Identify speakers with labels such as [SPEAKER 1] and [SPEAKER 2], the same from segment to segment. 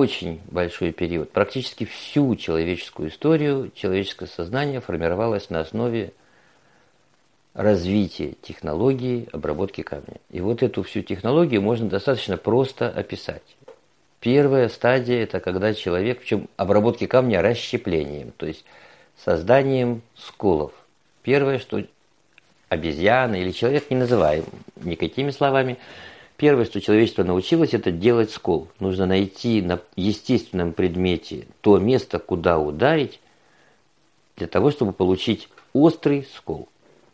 [SPEAKER 1] очень большой период. Практически всю человеческую историю человеческое сознание формировалось на основе развития технологии обработки камня. И вот эту всю технологию можно достаточно просто описать. Первая стадия – это когда человек, причем обработки камня расщеплением, то есть созданием сколов. Первое, что обезьяна или человек, не называем никакими словами, первое, что человечество научилось, это делать скол. Нужно найти на естественном предмете то место, куда ударить, для того, чтобы получить острый скол.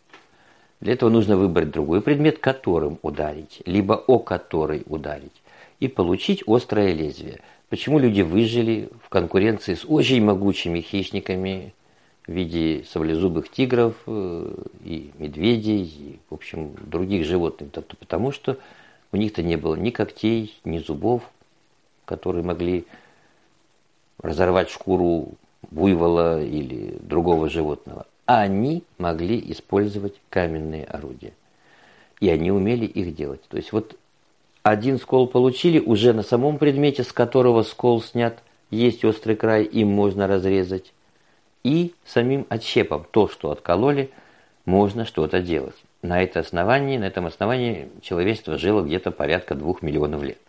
[SPEAKER 1] Для этого нужно выбрать другой предмет, которым ударить, либо о который ударить, и получить острое лезвие. Почему люди выжили в конкуренции с очень могучими хищниками в виде саблезубых тигров и медведей, и, в общем, других животных? Потому что у них-то не было ни когтей, ни зубов, которые могли разорвать шкуру буйвола или другого животного. А они могли использовать каменные орудия. И они умели их делать. То есть вот один скол получили, уже на самом предмете, с которого скол снят, есть острый край, им можно разрезать. И самим отщепом, то, что откололи, можно что-то делать. На этом основании человечество жило где-то порядка 2 миллионов лет.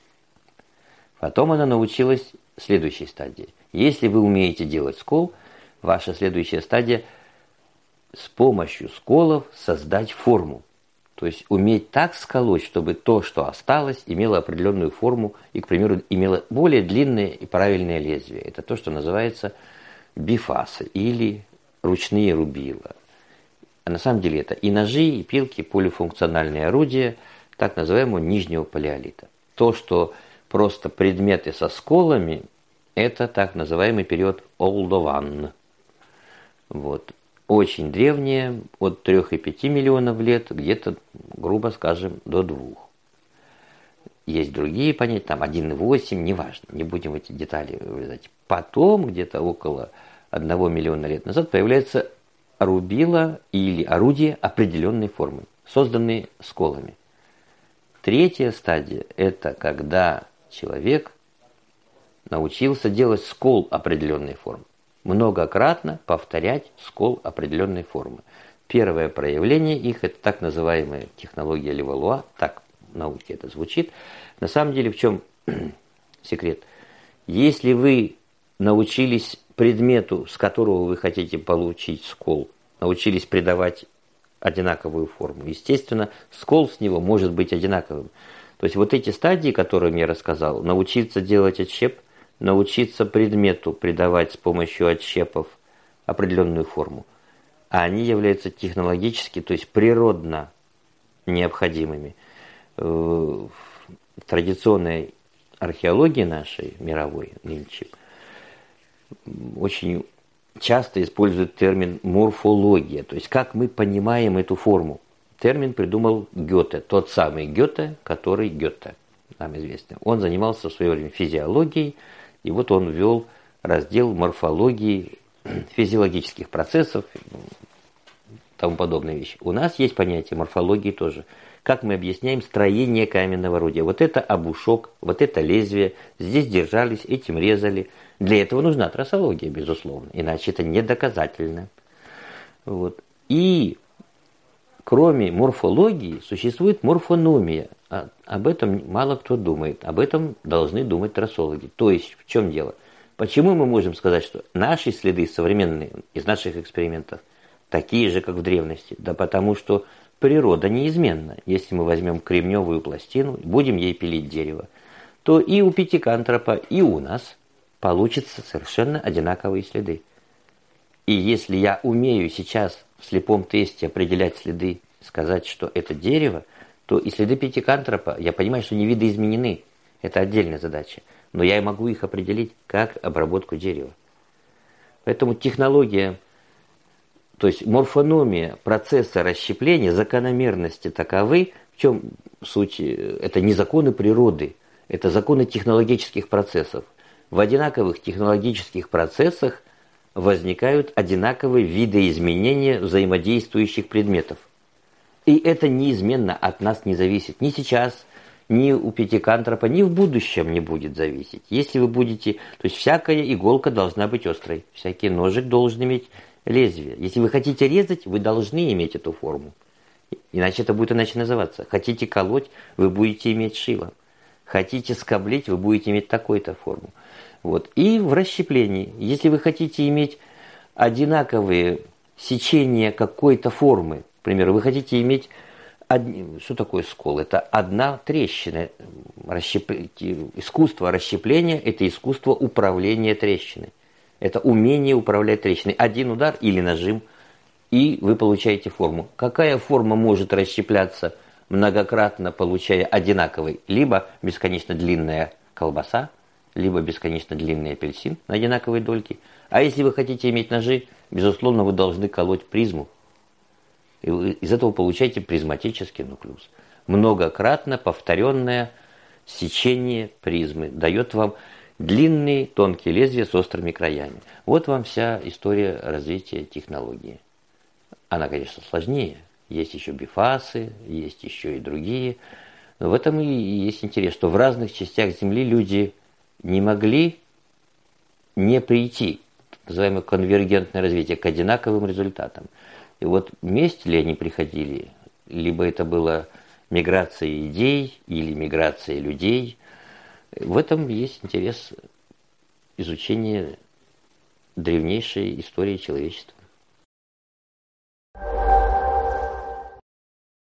[SPEAKER 1] Потом оно научилось следующей стадии. Если вы умеете делать скол, ваша следующая стадия – с помощью сколов создать форму. То есть уметь так сколоть, чтобы то, что осталось, имело определенную форму и, к примеру, имело более длинное и правильное лезвие. Это то, что называется бифасы или ручные рубила. А на самом деле это и ножи, и пилки, полифункциональные орудия так называемого нижнего палеолита. То, что просто предметы со сколами, это так называемый период Олдован. Вот. Очень древние, от 3,5 миллионов лет, где-то, грубо скажем, до 2. Есть другие понятия, там 1,8, неважно, не будем в эти детали влезать. Потом, где-то около 1 миллиона лет назад, появляется рубила или орудие определенной формы, созданные сколами. Третья стадия – это когда человек научился делать скол определенной формы. Многократно повторять скол определенной формы. Первое проявление их – это так называемая технология Левалуа, так в науке это звучит. На самом деле в чем секрет? Если вы научились предмету, с которого вы хотите получить скол, научились придавать одинаковую форму, естественно, скол с него может быть одинаковым. То есть вот эти стадии, которые я рассказал, научиться делать отщеп, научиться предмету придавать с помощью отщепов определенную форму, а они являются технологически, то есть природно необходимыми. В традиционной археологии нашей, мировой, нынче, очень часто используют термин морфология, то есть как мы понимаем эту форму. Термин придумал Гёте, тот самый Гёте, который Гёте, нам известно. Он занимался в свое время физиологией, и вот он ввел раздел морфологии физиологических процессов и тому подобные вещи. У нас есть понятие морфологии тоже. Как мы объясняем строение каменного орудия. Вот это обушок, вот это лезвие. Здесь держались, этим резали. Для этого нужна трассология, безусловно. Иначе это не доказательно. Вот. И кроме морфологии существует морфономия. Об этом мало кто думает. Об этом должны думать трассологи. То есть, в чем дело? Почему мы можем сказать, что наши следы современные из наших экспериментов такие же, как в древности? Да потому что природа неизменна. Если мы возьмем кремневую пластину и будем ей пилить дерево, то и у пятикантропа, и у нас получатся совершенно одинаковые следы. И если я умею сейчас в слепом тесте определять следы, сказать, что это дерево, то и следы пятикантропа, я понимаю, что они видоизменены. Это отдельная задача. Но я и могу их определить как обработку дерева. Поэтому технология, то есть морфономия процесса расщепления, закономерности таковы. В чем суть? Это не законы природы, это законы технологических процессов. В одинаковых технологических процессах возникают одинаковые видоизменения взаимодействующих предметов. И это неизменно от нас не зависит. Ни сейчас, ни у Пятикантропа, ни в будущем не будет зависеть. Если вы будете... То есть всякая иголка должна быть острой, всякий ножик должен иметь лезвие. Если вы хотите резать, вы должны иметь эту форму. Иначе это будет иначе называться. Хотите колоть, вы будете иметь шило. Хотите скоблить, вы будете иметь такую-то форму. Вот. И в расщеплении. Если вы хотите иметь одинаковые сечения какой-то формы, к примеру, вы хотите иметь... Что такое скол? Это одна трещина. Искусство расщепления – это искусство управления трещиной. Это умение управлять трещиной. Один удар или нажим, и вы получаете форму. Какая форма может расщепляться многократно, получая одинаковый? Либо бесконечно длинная колбаса, либо бесконечно длинный апельсин на одинаковые дольки. А если вы хотите иметь ножи, безусловно, вы должны колоть призму. И вы из этого получаете призматический нуклеус. Многократно повторенное сечение призмы дает вам длинные тонкие лезвия с острыми краями. Вот вам вся история развития технологии. Она, конечно, сложнее. Есть еще бифасы, есть еще и другие. Но в этом и есть интерес, что в разных частях Земли люди не могли не прийти, так называемое конвергентное развитие, к одинаковым результатам. И вот вместе ли они приходили, либо это была миграция идей или миграция людей. В этом есть интерес изучения древнейшей истории человечества.